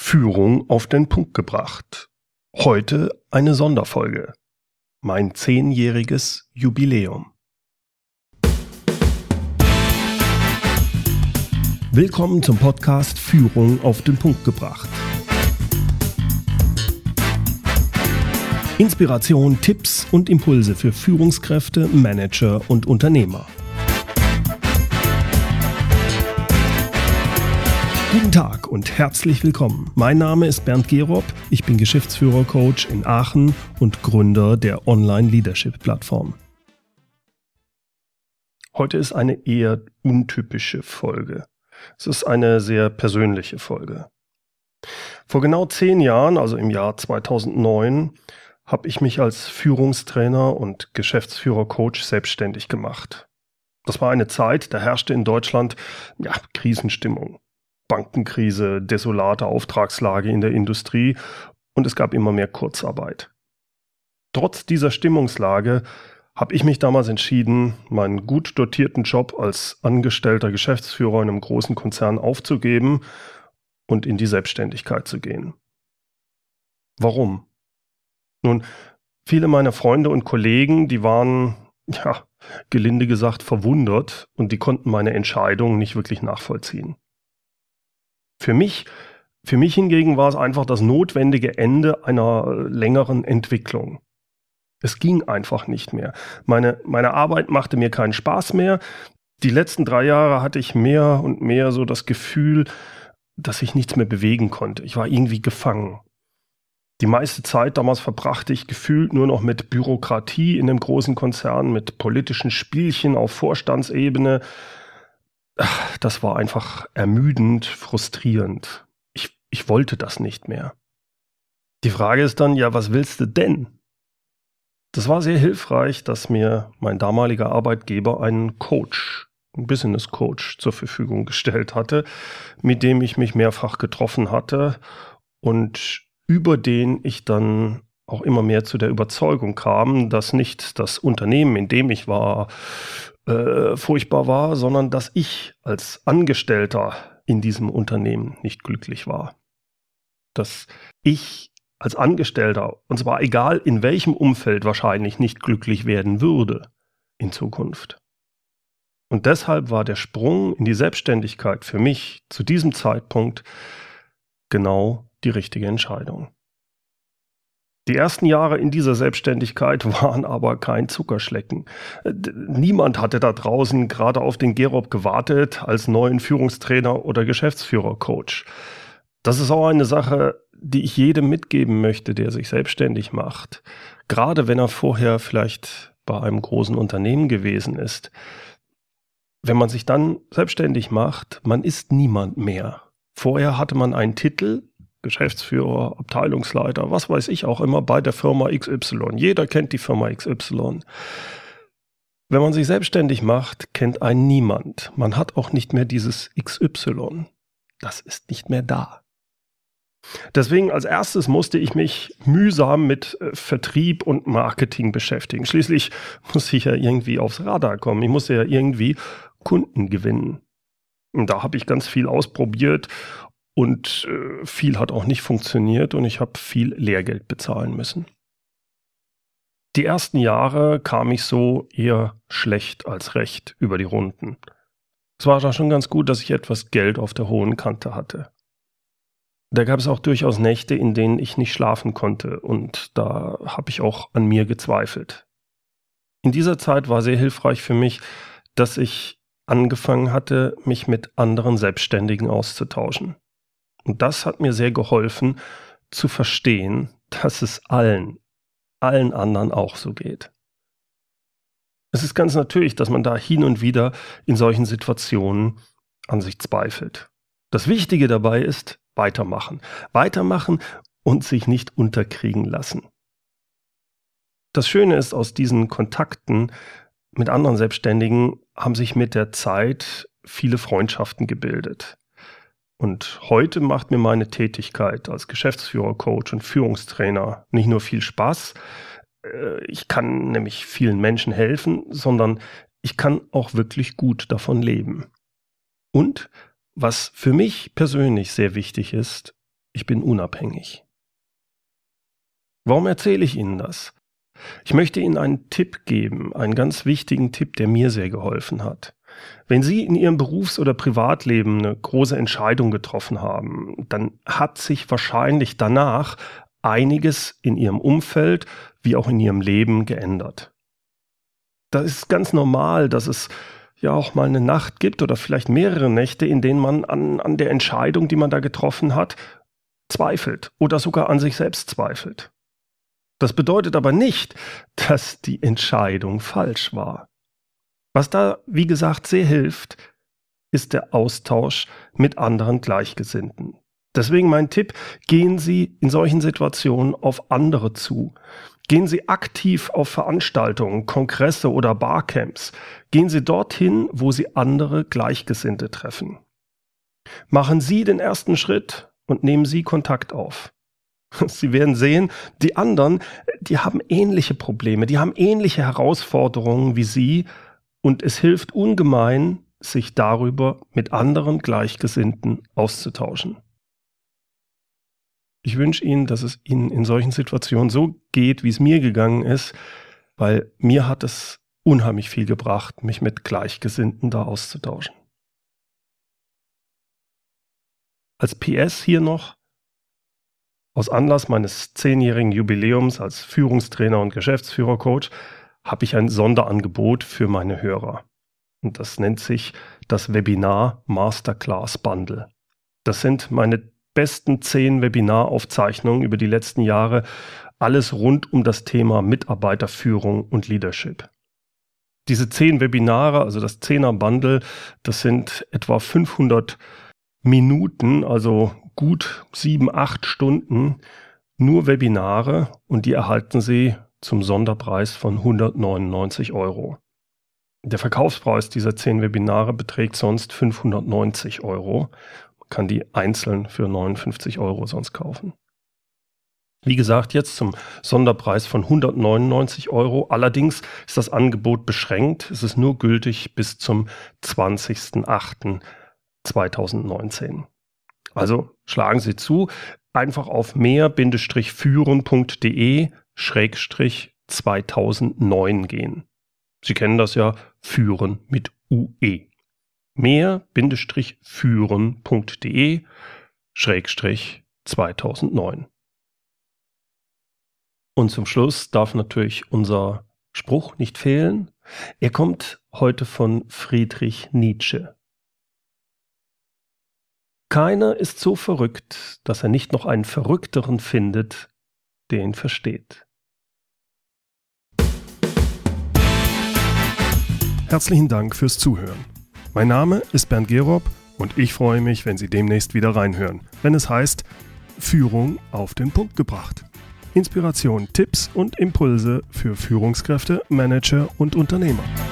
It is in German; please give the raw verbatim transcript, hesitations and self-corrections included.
Führung auf den Punkt gebracht. Heute eine Sonderfolge. Mein zehnjähriges Jubiläum. Willkommen zum Podcast Führung auf den Punkt gebracht. Inspiration, Tipps und Impulse für Führungskräfte, Manager und Unternehmer. Guten Tag und herzlich willkommen. Mein Name ist Bernd Gerob, ich bin Geschäftsführer-Coach in Aachen und Gründer der Online-Leadership-Plattform. Heute ist eine eher untypische Folge. Es ist eine sehr persönliche Folge. Vor genau zehn Jahren, also im Jahr zweitausendneun, habe ich mich als Führungstrainer und Geschäftsführer-Coach selbstständig gemacht. Das war eine Zeit, da herrschte in Deutschland ja, Krisenstimmung. Bankenkrise, desolate Auftragslage in der Industrie und es gab immer mehr Kurzarbeit. Trotz dieser Stimmungslage habe ich mich damals entschieden, meinen gut dotierten Job als angestellter Geschäftsführer in einem großen Konzern aufzugeben und in die Selbstständigkeit zu gehen. Warum? Nun, viele meiner Freunde und Kollegen, die waren, ja, gelinde gesagt, verwundert und die konnten meine Entscheidung nicht wirklich nachvollziehen. Für mich, für mich hingegen war es einfach das notwendige Ende einer längeren Entwicklung. Es ging einfach nicht mehr. Meine, meine Arbeit machte mir keinen Spaß mehr. Die letzten drei Jahre hatte ich mehr und mehr so das Gefühl, dass ich nichts mehr bewegen konnte. Ich war irgendwie gefangen. Die meiste Zeit damals verbrachte ich gefühlt nur noch mit Bürokratie in dem großen Konzern, mit politischen Spielchen auf Vorstandsebene. Das war einfach ermüdend, frustrierend. Ich, ich wollte das nicht mehr. Die Frage ist dann, ja, was willst du denn? Das war sehr hilfreich, dass mir mein damaliger Arbeitgeber einen Coach, einen Business Coach zur Verfügung gestellt hatte, mit dem ich mich mehrfach getroffen hatte und über den ich dann auch immer mehr zu der Überzeugung kam, dass nicht das Unternehmen, in dem ich war, Äh, furchtbar war, sondern dass ich als Angestellter in diesem Unternehmen nicht glücklich war. Dass ich als Angestellter, und zwar egal in welchem Umfeld, wahrscheinlich nicht glücklich werden würde in Zukunft. Und deshalb war der Sprung in die Selbstständigkeit für mich zu diesem Zeitpunkt genau die richtige Entscheidung. Die ersten Jahre in dieser Selbstständigkeit waren aber kein Zuckerschlecken. Niemand hatte da draußen gerade auf den Gerob gewartet als neuen Führungstrainer oder Geschäftsführer-Coach. Das ist auch eine Sache, die ich jedem mitgeben möchte, der sich selbstständig macht. Gerade wenn er vorher vielleicht bei einem großen Unternehmen gewesen ist. Wenn man sich dann selbstständig macht, man ist niemand mehr. Vorher hatte man einen Titel, Geschäftsführer, Abteilungsleiter, was weiß ich auch immer bei der Firma X Y. Jeder kennt die Firma X Y. Wenn man sich selbstständig macht, kennt einen niemand. Man hat auch nicht mehr dieses X Y. Das ist nicht mehr da. Deswegen als erstes musste ich mich mühsam mit Vertrieb und Marketing beschäftigen. Schließlich muss ich ja irgendwie aufs Radar kommen. Ich musste ja irgendwie Kunden gewinnen. Und da habe ich ganz viel ausprobiert. Und äh, viel hat auch nicht funktioniert und ich habe viel Lehrgeld bezahlen müssen. Die ersten Jahre kam ich so eher schlecht als recht über die Runden. Es war da schon ganz gut, dass ich etwas Geld auf der hohen Kante hatte. Da gab es auch durchaus Nächte, in denen ich nicht schlafen konnte und da habe ich auch an mir gezweifelt. In dieser Zeit war sehr hilfreich für mich, dass ich angefangen hatte, mich mit anderen Selbstständigen auszutauschen. Und das hat mir sehr geholfen, zu verstehen, dass es allen, allen anderen auch so geht. Es ist ganz natürlich, dass man da hin und wieder in solchen Situationen an sich zweifelt. Das Wichtige dabei ist, weitermachen. Weitermachen und sich nicht unterkriegen lassen. Das Schöne ist, aus diesen Kontakten mit anderen Selbstständigen haben sich mit der Zeit viele Freundschaften gebildet. Und heute macht mir meine Tätigkeit als Geschäftsführer, Coach und Führungstrainer nicht nur viel Spaß, ich kann nämlich vielen Menschen helfen, sondern ich kann auch wirklich gut davon leben. Und was für mich persönlich sehr wichtig ist, ich bin unabhängig. Warum erzähle ich Ihnen das? Ich möchte Ihnen einen Tipp geben, einen ganz wichtigen Tipp, der mir sehr geholfen hat. Wenn Sie in Ihrem Berufs- oder Privatleben eine große Entscheidung getroffen haben, dann hat sich wahrscheinlich danach einiges in Ihrem Umfeld wie auch in Ihrem Leben geändert. Das ist ganz normal, dass es ja auch mal eine Nacht gibt oder vielleicht mehrere Nächte, in denen man an, an der Entscheidung, die man da getroffen hat, zweifelt oder sogar an sich selbst zweifelt. Das bedeutet aber nicht, dass die Entscheidung falsch war. Was da, wie gesagt, sehr hilft, ist der Austausch mit anderen Gleichgesinnten. Deswegen mein Tipp, gehen Sie in solchen Situationen auf andere zu. Gehen Sie aktiv auf Veranstaltungen, Kongresse oder Barcamps. Gehen Sie dorthin, wo Sie andere Gleichgesinnte treffen. Machen Sie den ersten Schritt und nehmen Sie Kontakt auf. Sie werden sehen, die anderen, die haben ähnliche Probleme, die haben ähnliche Herausforderungen wie Sie und es hilft ungemein, sich darüber mit anderen Gleichgesinnten auszutauschen. Ich wünsche Ihnen, dass es Ihnen in solchen Situationen so geht, wie es mir gegangen ist, weil mir hat es unheimlich viel gebracht, mich mit Gleichgesinnten da auszutauschen. Als P S hier noch: Aus Anlass meines zehnjährigen Jubiläums als Führungstrainer und Geschäftsführercoach habe ich ein Sonderangebot für meine Hörer. Und das nennt sich das Webinar Masterclass Bundle. Das sind meine besten zehn Webinaraufzeichnungen über die letzten Jahre, alles rund um das Thema Mitarbeiterführung und Leadership. Diese zehn Webinare, also das Zehner-Bundle, das sind etwa fünfhundert Minuten, also gut sieben, acht Stunden, nur Webinare, und die erhalten Sie zum Sonderpreis von hundertneunundneunzig Euro. Der Verkaufspreis dieser zehn Webinare beträgt sonst fünfhundertneunzig Euro. Man kann die einzeln für neunundfünfzig Euro sonst kaufen. Wie gesagt, jetzt zum Sonderpreis von hundertneunundneunzig Euro. Allerdings ist das Angebot beschränkt. Es ist nur gültig bis zum zwanzigsten achten zweitausendneunzehn. Also schlagen Sie zu, einfach auf mehr-führen.de Schrägstrich zweitausendneun gehen. Sie kennen das ja, Führen mit U E. mehr-führen.de Schrägstrich zweitausendneun. Und zum Schluss darf natürlich unser Spruch nicht fehlen. Er kommt heute von Friedrich Nietzsche. Keiner ist so verrückt, dass er nicht noch einen Verrückteren findet, der ihn versteht. Herzlichen Dank fürs Zuhören. Mein Name ist Bernd Gerob und ich freue mich, wenn Sie demnächst wieder reinhören, wenn es heißt Führung auf den Punkt gebracht. Inspiration, Tipps und Impulse für Führungskräfte, Manager und Unternehmer.